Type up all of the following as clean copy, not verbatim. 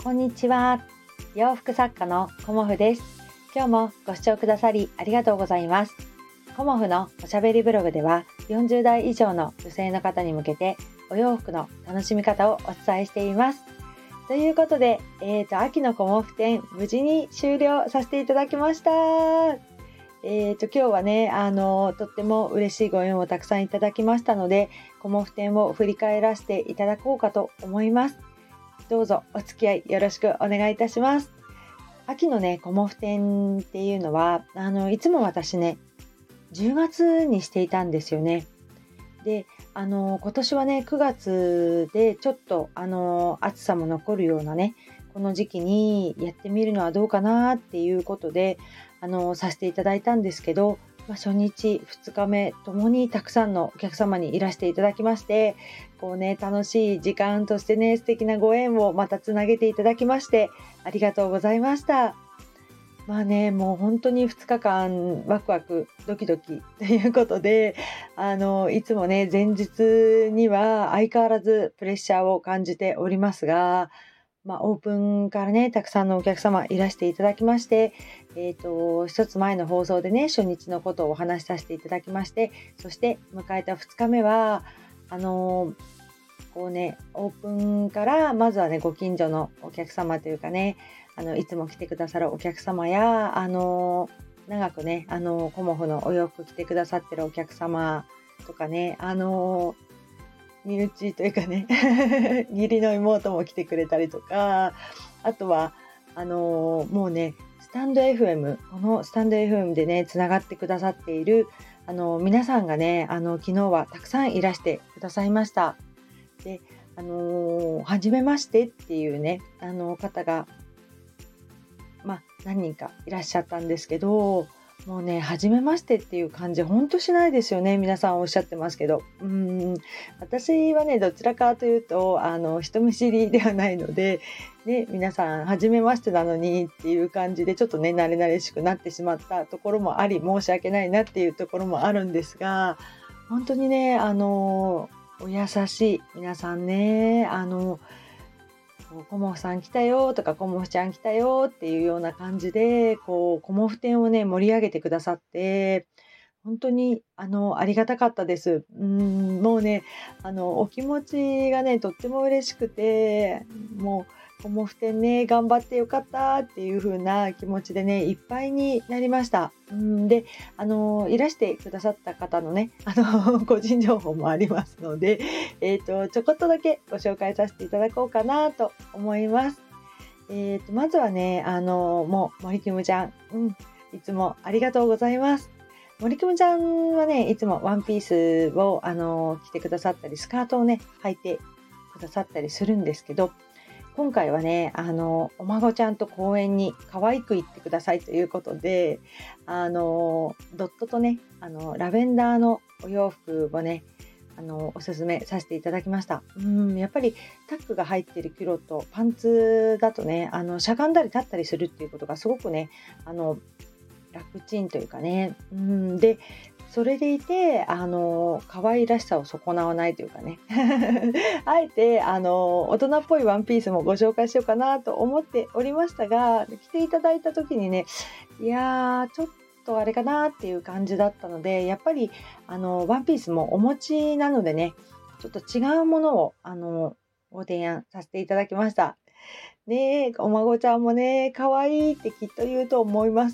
こんにちは。洋服作家のコモフです。今日もご視聴くださりありがとうございます。コモフのおしゃべりブログでは40代以上の女性の方に向けてお洋服の楽しみ方をお伝えしています。ということで、秋のコモフ展無事に終了させていただきました。今日はね、とっても嬉しいご縁をたくさんいただきましたので、コモフ展を振り返らせていただこうかと思います。どうぞお付き合いよろしくお願いいたします。秋のね、コモフ展っていうのは、いつも私ね、10月にしていたんですよね。で、今年はね、9月でちょっと、暑さも残るようなね、この時期にやってみるのはどうかなっていうことで、させていただいたんですけど、初日、2日目ともにたくさんのお客様にいらしていただきまして、こうね、楽しい時間としてね、素敵なご縁をまたつなげていただきまして、ありがとうございました。もう本当に2日間ワクワクドキドキということで、いつもね、前日には相変わらずプレッシャーを感じておりますが、オープンからね、たくさんのお客様いらしていただきまして、一つ前の放送でね、初日のことをお話しさせていただきまして、そして迎えた2日目は、こうね、オープンからまずはね、ご近所のお客様というかね、いつも来てくださるお客様や、長くね、コモフのお洋服着てくださってるお客様とかね、身内というかね義理の妹も来てくれたりとか、あとはもうね、スタンド FM、このスタンド FM でねつながってくださっている皆さんがね、昨日はたくさんいらしてくださいました。で、初めましてっていうね方が何人かいらっしゃったんですけど、もうね、初めましてっていう感じほんとしないですよね。皆さんおっしゃってますけど。私はね、どちらかというと、人見知りではないので、ね、皆さん初めましてなのにっていう感じで、ちょっとね、慣れ慣れしくなってしまったところもあり、申し訳ないなっていうところもあるんですが、本当にね、お優しい皆さんね、コモフさん来たよとか、コモフちゃん来たよっていうような感じで、こう、コモフ展をね、盛り上げてくださって、本当に、ありがたかったです。もうね、お気持ちがね、とっても嬉しくて、もう、コモフ展ね、頑張ってよかったっていう風な気持ちでね、いっぱいになりました。で、いらしてくださった方のね、個人情報もありますので、ちょこっとだけご紹介させていただこうかなと思います。まずはね、もう、森キムちゃん、いつもありがとうございます。森久美ちゃんはね、いつもワンピースを、着てくださったり、スカートをね、履いてくださったりするんですけど、今回はね、お孫ちゃんと公園に可愛く行ってくださいということで、ドットとね、ラベンダーのお洋服をね、おすすめさせていただきました。やっぱりタックが入ってるキュロとパンツだとね、しゃがんだり立ったりするっていうことがすごくね、楽ちんというかね。で、それでいて、可愛らしさを損なわないというかね。あえて、大人っぽいワンピースもご紹介しようかなと思っておりましたが、着ていただいた時にね、いやー、ちょっとあれかなっていう感じだったので、やっぱり、ワンピースもお持ちなのでね、ちょっと違うものを、ご提案させていただきました。ねえ、お孫ちゃんもね、可愛いってきっと言うと思います。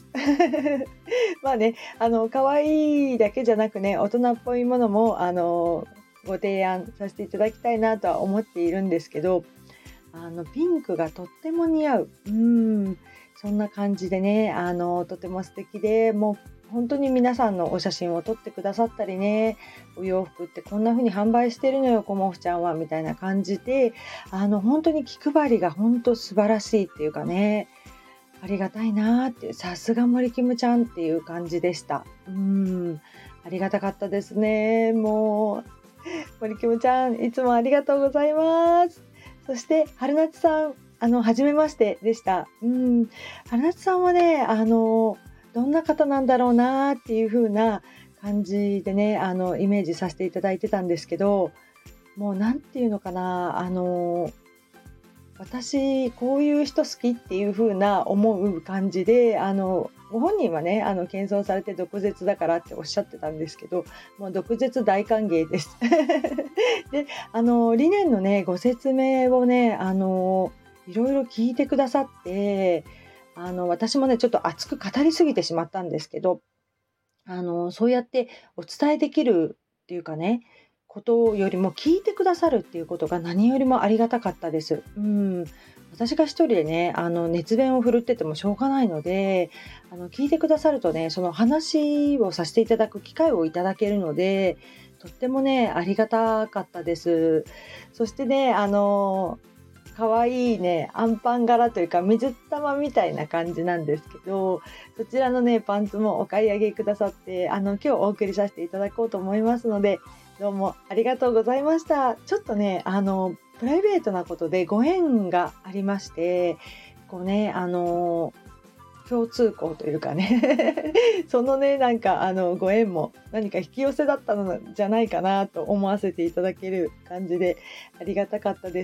可愛いだけじゃなくね、大人っぽいものも、ご提案させていただきたいなとは思っているんですけど、ピンクがとっても似合う。そんな感じでね、とても素敵で、もう本当に皆さんのお写真を撮ってくださったりね、お洋服ってこんな風に販売してるのよ、コモフちゃんは、みたいな感じで、本当に気配りが本当素晴らしいっていうかね、ありがたいなーって、さすが森キムちゃんっていう感じでした。ありがたかったですね。もう、森キムちゃん、いつもありがとうございます。そして、春夏さん、初めましてでした。春夏さんはね、どんな方なんだろうなっていう風な感じでね、イメージさせていただいてたんですけど、もうなんていうのかな、 私こういう人好きっていう風な思う感じで、ご本人はね、謙遜されて毒舌だからっておっしゃってたんですけど、もう毒舌大歓迎です。で、理念のね、ご説明をね、いろいろ聞いてくださって、私もね、ちょっと熱く語りすぎてしまったんですけど、そうやってお伝えできるっていうかね、ことよりも聞いてくださるっていうことが何よりもありがたかったです。私が一人でね、熱弁を振るっててもしょうがないので、聞いてくださるとね、その話をさせていただく機会をいただけるので、とってもね、ありがたかったです。そしてね、可愛いね、アンパン柄というか、水玉みたいな感じなんですけど、そちらのね、パンツもお買い上げくださって、今日お送りさせていただこうと思いますので、どうもありがとうございました。ちょっとね、プライベートなことでご縁がありまして、こうね、共通項というかねそのね、なんかご縁も何か引き寄せだったのじゃないかなと思わせていただける感じでありがたかったです。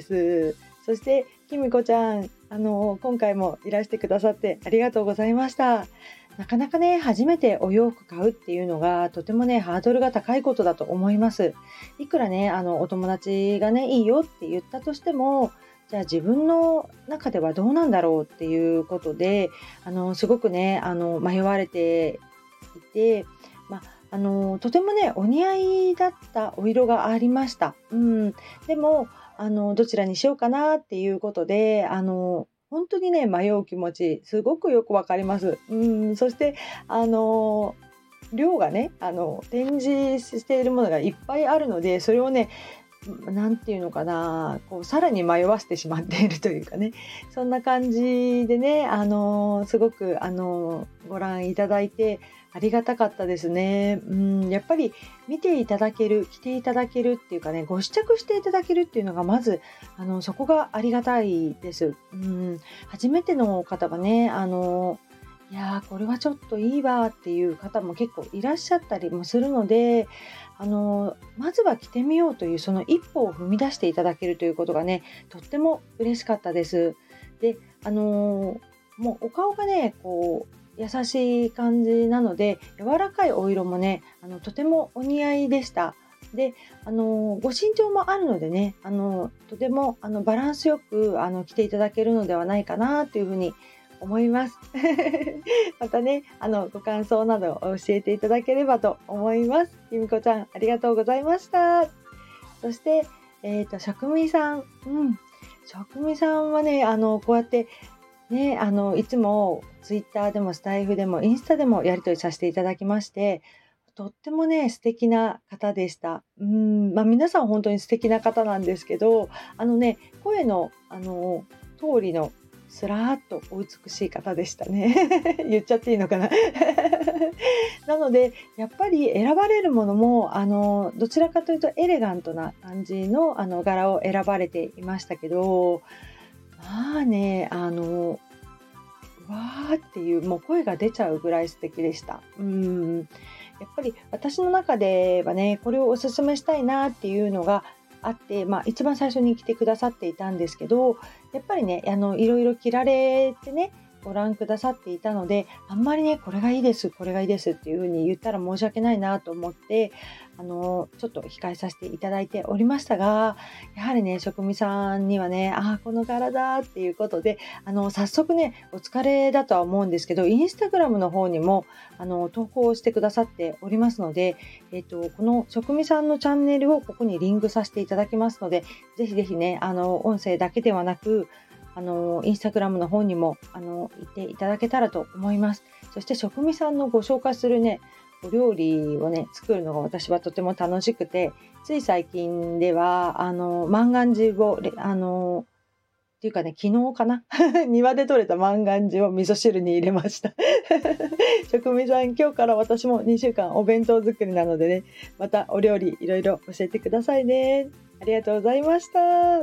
そしてきみこちゃん、今回もいらしてくださってありがとうございました。なかなかね、初めてお洋服買うっていうのがとてもね、ハードルが高いことだと思います。いくらね、お友達がね、いいよって言ったとしても、じゃあ自分の中ではどうなんだろうっていうことで、すごくね、迷われていて、とてもね、お似合いだったお色がありました。でも、どちらにしようかなっていうことで、本当にね、迷う気持ち、すごくよくわかります。そして、あの、量がね、展示しているものがいっぱいあるので、それをね、なんていうのかな、こうさらに迷わせてしまっているというかね、そんな感じでね、すごくご覧いただいてありがたかったですね。やっぱり見ていただける、着ていただけるっていうかね、ご試着していただけるっていうのがまずそこがありがたいです。初めての方がね、いやーこれはちょっといいわっていう方も結構いらっしゃったりもするので、まずは着てみようというその一歩を踏み出していただけるということがね、とっても嬉しかったです。で、もうお顔がね、こう優しい感じなので、柔らかいお色もね、とてもお似合いでした。で、ご身長もあるのでね、とてもバランスよく着ていただけるのではないかなというふうに思います。またね、ご感想などを教えていただければと思います。きみこちゃん、ありがとうございました。そして、職味さん、職味さんはね、こうやってね、いつもツイッターでもスタイフでもインスタでもやり取りさせていただきまして、とってもね、素敵な方でした。皆さん本当に素敵な方なんですけど、声の通りのすらーっとお美しい方でしたね。言っちゃっていいのかな。なので、やっぱり選ばれるものも、どちらかというとエレガントな感じの、柄を選ばれていましたけど、まあね、わーっていう、もう声が出ちゃうぐらい素敵でした。やっぱり私の中ではね、これをお勧めしたいなっていうのがあって、一番最初に来てくださっていたんですけど、やっぱりね、いろいろ着られてね、ご覧くださっていたので、あんまりね、これがいいです、これがいいですっていう風に言ったら申し訳ないなと思って、ちょっと控えさせていただいておりましたが、やはりね、職味さんにはね、この柄だっていうことで、早速ね、お疲れだとは思うんですけど、インスタグラムの方にも、投稿してくださっておりますので、この職味さんのチャンネルをここにリンクさせていただきますので、ぜひぜひね、音声だけではなく、インスタグラムの方にも行っていただけたらと思います。そして職味さんのご紹介するね、お料理をね、作るのが私はとても楽しくて、つい最近では、万願寺を、っていうかね、昨日かな庭で採れた万願寺を味噌汁に入れました。職味さん、今日から私も2週間お弁当作りなのでね、またお料理いろいろ教えてくださいね。ありがとうございました。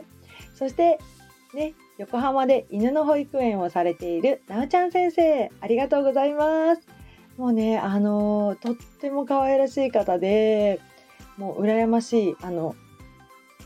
そして、ね、横浜で犬の保育園をされているなおちゃん先生、ありがとうございます。もうね、とっても可愛らしい方で、もう羨ましい、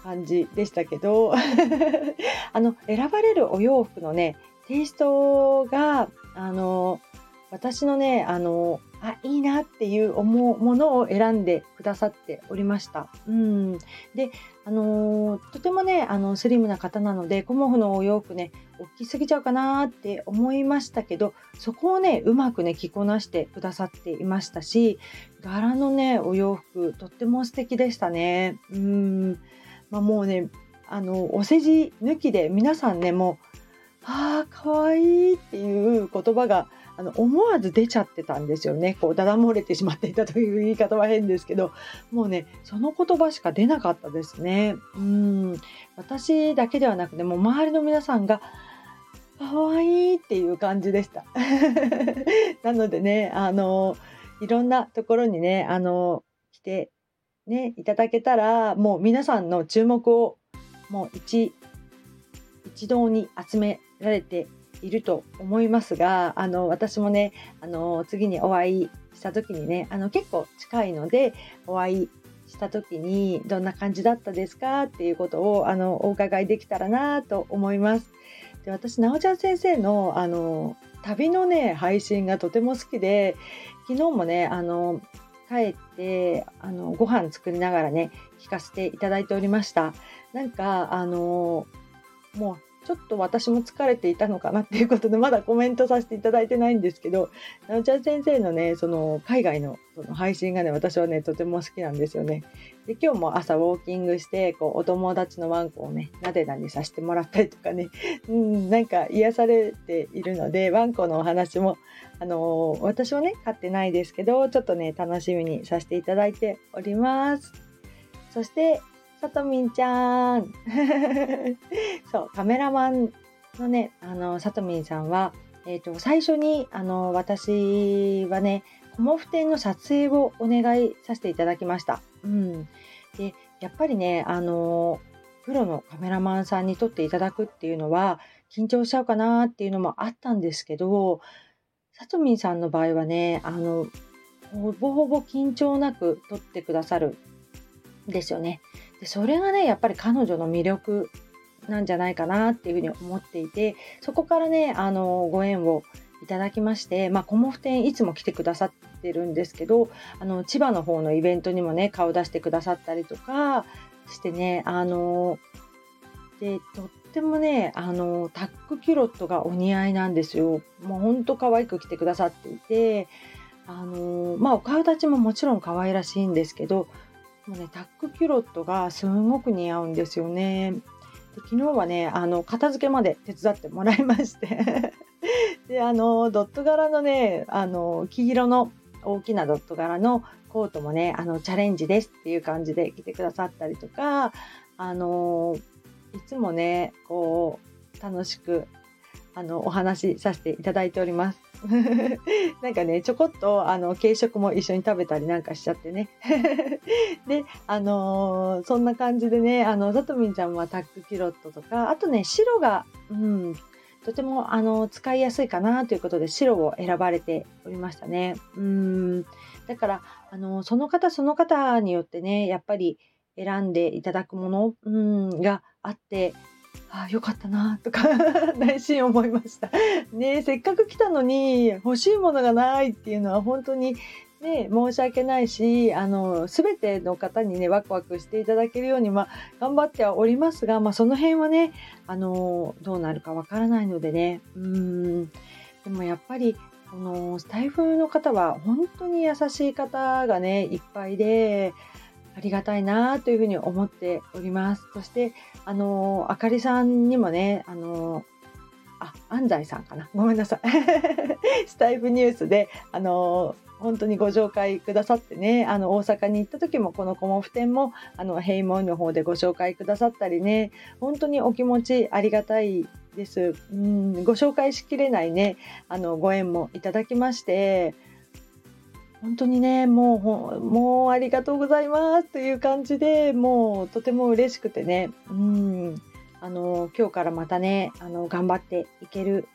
感じでしたけど選ばれるお洋服のねテイストが私のねいいなっていう思うものを選んでくださっておりました。で、とてもねスリムな方なのでコモフのお洋服ね大きすぎちゃうかなって思いましたけど、そこをねうまくね着こなしてくださっていましたし、柄のねお洋服とっても素敵でしたね。もうねお世辞抜きで皆さんねもうかわいいっていう言葉が思わず出ちゃってたんですよね。こうだだ漏れてしまっていたという言い方は変ですけど、もうねその言葉しか出なかったですね。私だけではなくてもう周りの皆さんがかわいいっていう感じでしたなのでねいろんなところにね来てねいただけたら、もう皆さんの注目をもう一堂に集められていると思いますが、私もね次にお会いした時にね結構近いので、お会いした時にどんな感じだったですかっていうことをお伺いできたらなと思います。で、私なおちゃん先生の旅のね配信がとても好きで、昨日もね帰ってご飯作りながらね聞かせていただいておりました。なんかもうちょっと私も疲れていたのかなっていうことでまだコメントさせていただいてないんですけど、なおちゃん先生のねその海外のその配信がね私はねとても好きなんですよね。で、今日も朝ウォーキングしてこうお友達のワンコをねなでなでさせてもらったりとかね、なんか癒されているので、ワンコのお話も私はね飼ってないですけどちょっとね楽しみにさせていただいております。そしてさとみんちゃんそうカメラマンのねさとみんさんは、最初に私はねコモフ展の撮影をお願いさせていただきました。でやっぱりねプロのカメラマンさんに撮っていただくっていうのは緊張しちゃうかなっていうのもあったんですけど、さとみんさんの場合はねほぼほぼ緊張なく撮ってくださるんですよね。でそれがねやっぱり彼女の魅力なんじゃないかなっていうふうに思っていて、そこからねご縁をいただきまして、コモフ展いつも来てくださってるんですけど、千葉の方のイベントにもね顔出してくださったりとかしてねでとってもねタックキュロットがお似合いなんですよ。もうほんと可愛く着てくださっていて、お顔立ちももちろん可愛らしいんですけど、もうねタックキュロットがすごく似合うんですよね。で昨日はね片付けまで手伝ってもらいましてでドット柄のね黄色の大きなドット柄のコートもねチャレンジですっていう感じで着てくださったりとか、いつもねこう楽しくお話しさせていただいておりますなんかねちょこっと軽食も一緒に食べたりなんかしちゃってねでそんな感じでねさとみんちゃんはタックキュロットとか、あとね白が、とても使いやすいかなということで白を選ばれておりましたね。だからその方その方によってねやっぱり選んでいただくもの、があって、よかったなとか内心思いました。ね、せっかく来たのに欲しいものがないっていうのは本当にね、申し訳ないし、全ての方にねワクワクしていただけるように頑張ってはおりますが、その辺はねどうなるかわからないのでね。でもやっぱりこのスタイフの方は本当に優しい方がねいっぱいで、ありがたいなというふうに思っております。そしてあかりさんにもね安西さんかな、ごめんなさいスタイフニュースで本当にご紹介くださってね、大阪に行った時もこのコモフ展もヘイモンの方でご紹介くださったりね、本当にお気持ちありがたいです。ご紹介しきれないねご縁もいただきまして、本当にねもうありがとうございますという感じで、もうとても嬉しくてね、今日からまたね頑張っていける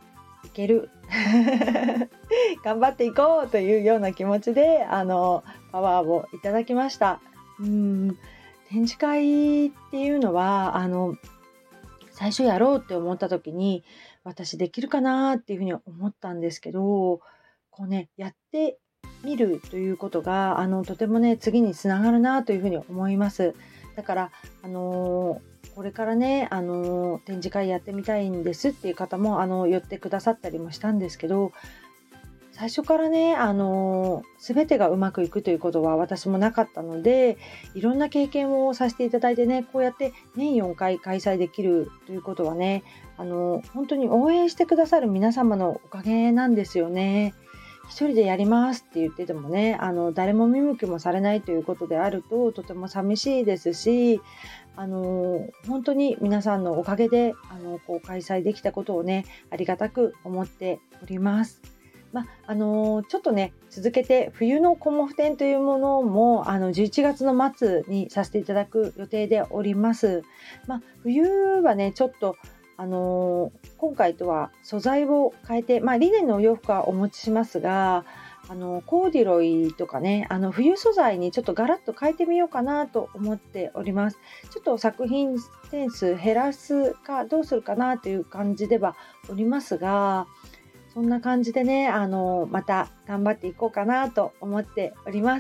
頑張っていこうというような気持ちでパワーをいただきました。 展示会っていうのは、最初やろうって思った時に、私できるかなっていうふうに思ったんですけど、こうね、やってみるということが、とてもね、次につながるなというふうに思います。だから、これからね、展示会やってみたいんですっていう方も、寄ってくださったりもしたんですけど、最初からね、全てがうまくいくということは私もなかったので、いろんな経験をさせていただいてね、こうやって年4回開催できるということはね、本当に応援してくださる皆様のおかげなんですよね。一人でやりますって言っててもね、誰も見向きもされないということであると、とても寂しいですし、本当に皆さんのおかげで、こう開催できたことをね、ありがたく思っております。ちょっとね、続けて冬のコモフ展というものも、11月の末にさせていただく予定でおります。冬はね、ちょっと、今回とは素材を変えて、リネンのお洋服はお持ちしますが、コーデュロイとかね、冬素材にちょっとガラッと変えてみようかなと思っております。ちょっと作品点数減らすかどうするかなという感じではおりますが、そんな感じでね、また頑張っていこうかなと思っております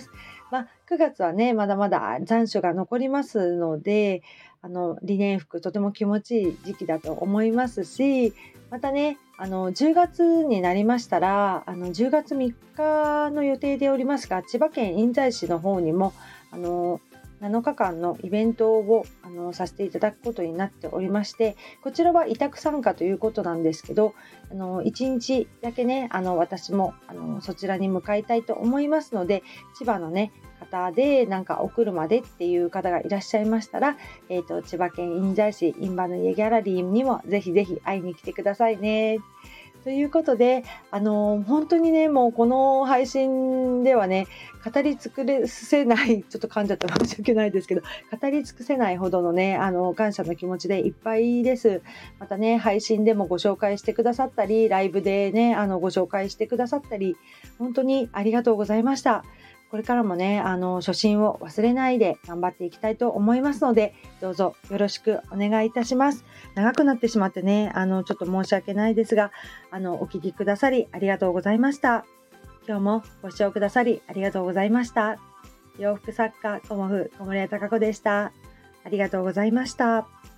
。9月はね、まだまだ残暑が残りますので、リネン服とても気持ちいい時期だと思いますし、またね、10月になりましたら、10月3日の予定でおりますが、千葉県印西市の方にも、7日間のイベントをさせていただくことになっておりまして、こちらは委託参加ということなんですけど、1日だけね、私もそちらに向かいたいと思いますので、千葉のね、方でなんかお車でっていう方がいらっしゃいましたら、千葉県印西市印旛の家ギャラリーにもぜひぜひ会いに来てくださいね。ということで、本当にね、もうこの配信ではね、語り尽くせない、ちょっと噛んじゃって申し訳ないですけど、語り尽くせないほどのね、感謝の気持ちでいっぱいです。またね、配信でもご紹介してくださったり、ライブでね、ご紹介してくださったり、本当にありがとうございました。これからもね、初心を忘れないで頑張っていきたいと思いますので、どうぞよろしくお願いいたします。長くなってしまってね、ちょっと申し訳ないですが、お聞きくださりありがとうございました。今日もご視聴くださりありがとうございました。洋服作家コモフ小森屋隆子でした。ありがとうございました。